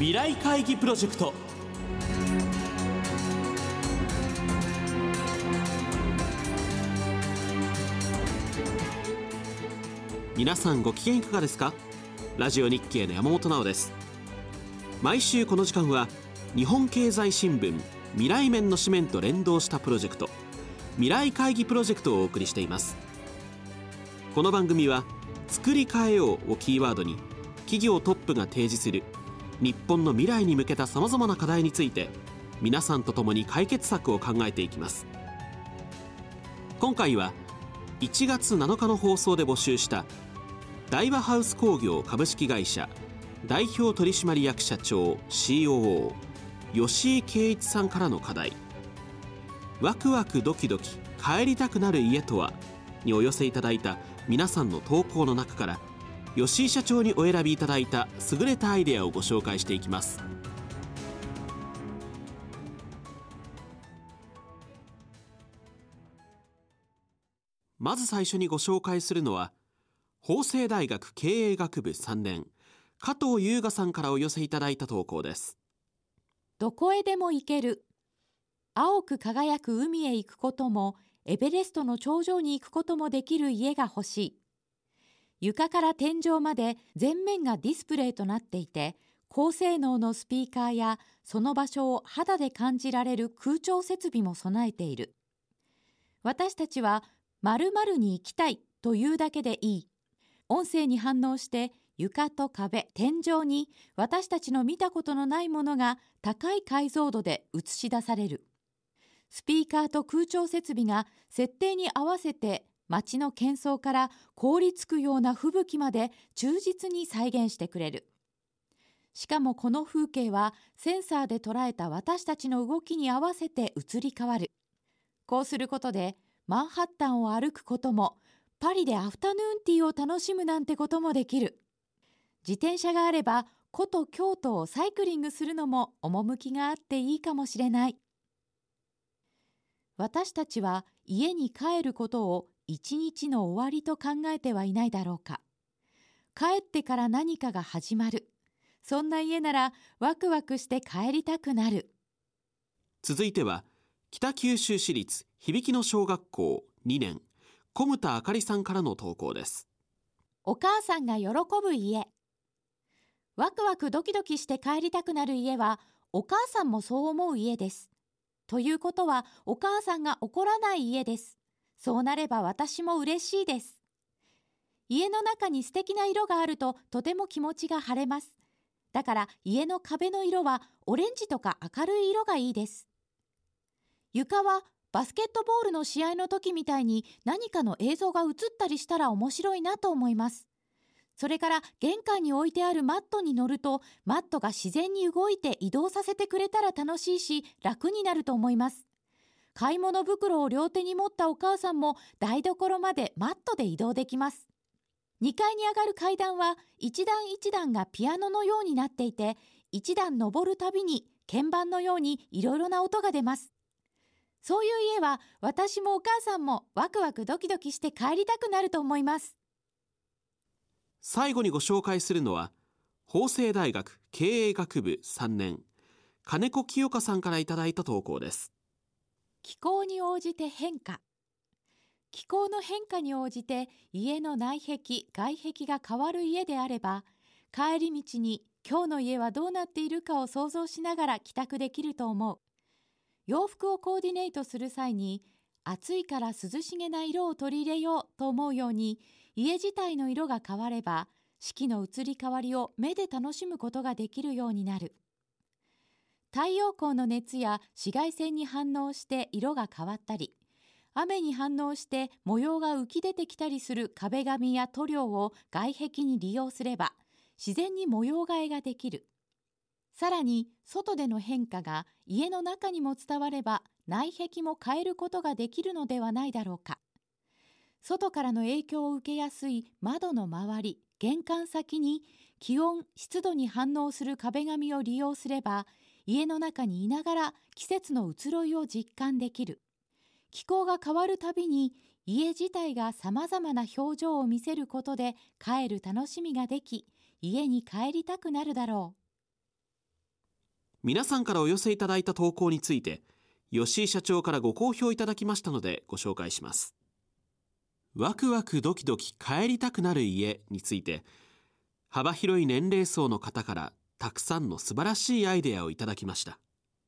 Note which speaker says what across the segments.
Speaker 1: 未来会議プロジェクト。皆さんご機嫌いかがですか？ラジオ日経の山本直です。毎週この時間は日本経済新聞未来面の紙面と連動したプロジェクト、未来会議プロジェクトをお送りしています。この番組は作り変えようをキーワードに、企業トップが提示する日本の未来に向けたさまざまな課題について、皆さんと共に解決策を考えていきます。今回は1月7日の放送で募集した大和ハウス工業株式会社代表取締役社長 COO 吉井圭一さんからの課題、ワクワクドキドキ帰りたくなる家とはにお寄せいただいた皆さんの投稿の中から、吉井社長にお選びいただいた優れたアイデアをご紹介していきます。まず最初にご紹介するのは、法政大学経営学部3年加藤優雅さんからお寄せいただいた投稿です。
Speaker 2: どこへでも行ける。青く輝く海へ行くことも、エベレストの頂上に行くこともできる家が欲しい。床から天井まで全面がディスプレイとなっていて、高性能のスピーカーやその場所を肌で感じられる空調設備も備えている。私たちは〇〇に行きたいというだけでいい。音声に反応して床と壁、天井に私たちの見たことのないものが高い解像度で映し出される。スピーカーと空調設備が設定に合わせて街の喧騒から凍りつくような吹雪まで忠実に再現してくれる。しかもこの風景はセンサーで捉えた私たちの動きに合わせて移り変わる。こうすることでマンハッタンを歩くことも、パリでアフタヌーンティーを楽しむなんてこともできる。自転車があれば古都京都をサイクリングするのも趣があっていいかもしれない。私たちは家に帰ることを一日の終わりと考えてはいないだろうか。帰ってから何かが始まる。そんな家ならワクワクして帰りたくなる。
Speaker 1: 続いては北九州市立響野小学校2年小牟田あかりさんからの投稿です。
Speaker 2: お母さんが喜ぶ家。ワクワクドキドキして帰りたくなる家は、お母さんもそう思う家です。ということは、お母さんが怒らない家です。そうなれば私も嬉しいです。家の中に素敵な色があるととても気持ちが晴れます。だから家の壁の色はオレンジとか明るい色がいいです。床はバスケットボールの試合の時みたいに何かの映像が映ったりしたら面白いなと思います。それから玄関に置いてあるマットに乗ると、マットが自然に動いて移動させてくれたら楽しいし、楽になると思います。買い物袋を両手に持ったお母さんも台所までマットで移動できます。2階に上がる階段は一段一段がピアノのようになっていて、一段登るたびに鍵盤のようにいろいろな音が出ます。そういう家は私もお母さんもワクワクドキドキして帰りたくなると思います。
Speaker 1: 最後にご紹介するのは、法政大学経営学部3年金子清香さんからいただいた投稿です。
Speaker 2: 気候に応じて変化。気候の変化に応じて家の内壁、外壁が変わる家であれば、帰り道に今日の家はどうなっているかを想像しながら帰宅できると思う。洋服をコーディネートする際に、暑いから涼しげな色を取り入れようと思うように、家自体の色が変われば、四季の移り変わりを目で楽しむことができるようになる。太陽光の熱や紫外線に反応して色が変わったり、雨に反応して模様が浮き出てきたりする壁紙や塗料を外壁に利用すれば、自然に模様替えができる。さらに外での変化が家の中にも伝われば、内壁も変えることができるのではないだろうか。外からの影響を受けやすい窓の周り、玄関先に気温・湿度に反応する壁紙を利用すれば、家の中にいながら季節の移ろいを実感できる。気候が変わるたびに家自体がさまざまな表情を見せることで帰る楽しみができ、家に帰りたくなるだろう。
Speaker 1: 皆さんからお寄せいただいた投稿について吉井社長からご好評いただきましたのでご紹介します。ワクワクドキドキ帰りたくなる家について、幅広い年齢層の方からたくさんの素晴らしいアイデアをいただきました。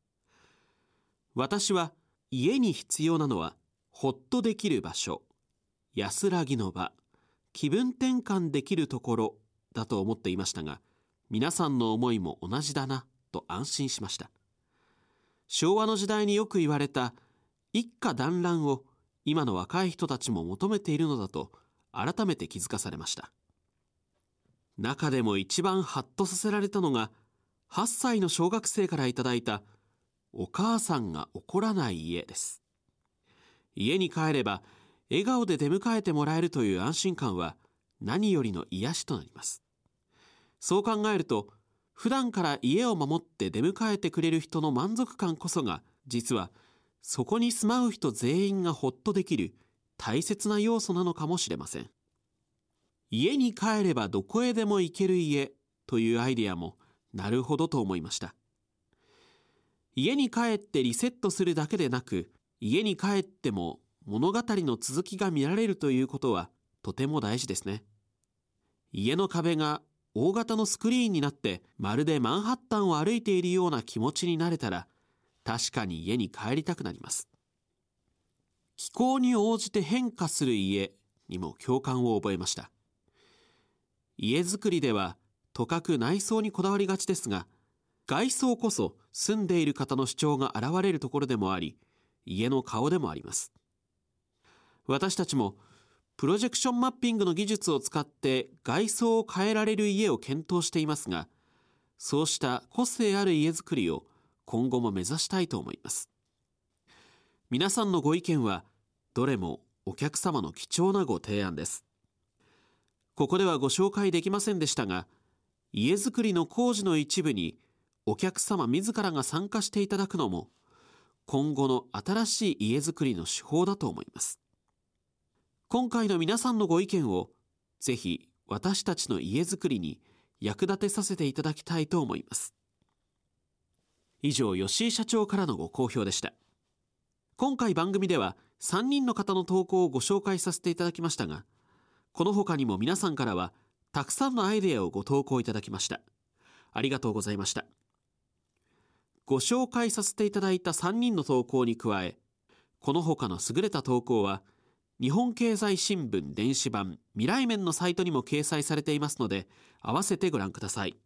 Speaker 1: 私は家に必要なのはほっとできる場所、安らぎの場、気分転換できるところだと思っていましたが、皆さんの思いも同じだなと安心しました。昭和の時代によく言われた一家団らんを今の若い人たちも求めているのだと改めて気づかされました。中でも一番ハッとさせられたのが、8歳の小学生からいただいたお母さんが怒らない家です。家に帰れば笑顔で出迎えてもらえるという安心感は何よりの癒しとなります。そう考えると、普段から家を守って出迎えてくれる人の満足感こそが、実はそこに住まう人全員がほっとできる大切な要素なのかもしれません。家に帰ればどこへでも行ける家というアイデアもなるほどと思いました。家に帰ってリセットするだけでなく、家に帰っても物語の続きが見られるということはとても大事ですね。家の壁が大型のスクリーンになってまるでマンハッタンを歩いているような気持ちになれたら、確かに家に帰りたくなります。気候に応じて変化する家にも共感を覚えました。家づくりではとかく内装にこだわりがちですが、外装こそ住んでいる方の主張が現れるところでもあり、家の顔でもあります。私たちもプロジェクションマッピングの技術を使って外装を変えられる家を検討していますが、そうした個性ある家づくりを今後も目指したいと思います。皆さんのご意見はどれもお客様の貴重なご提案です。ここではご紹介できませんでしたが、家づくりの工事の一部にお客様自らが参加していただくのも、今後の新しい家づくりの手法だと思います。今回の皆さんのご意見をぜひ私たちの家づくりに役立てさせていただきたいと思います。以上、吉井社長からのご好評でした。今回番組では3人の方の投稿をご紹介させていただきましたが、この他にも皆さんからはたくさんのアイデアをご投稿いただきました。ありがとうございました。ご紹介させていただいた3人の投稿に加え、この他の優れた投稿は日本経済新聞電子版未来面のサイトにも掲載されていますので、合わせてご覧ください。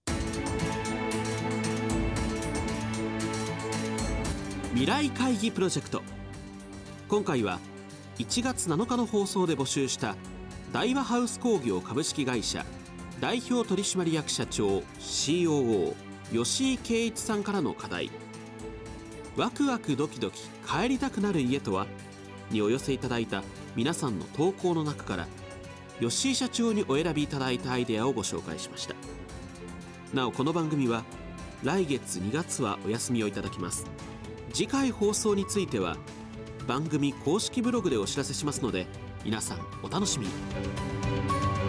Speaker 1: 未来会議プロジェクト。今回は1月7日の放送で募集した大和ハウス工業株式会社代表取締役社長 COO 吉井圭一さんからの課題、ワクワクドキドキ帰りたくなる家とはにお寄せいただいた皆さんの投稿の中から、吉井社長にお選びいただいたアイデアをご紹介しました。なおこの番組は来月2月はお休みをいただきます。次回放送については番組公式ブログでお知らせしますので、皆さんお楽しみに。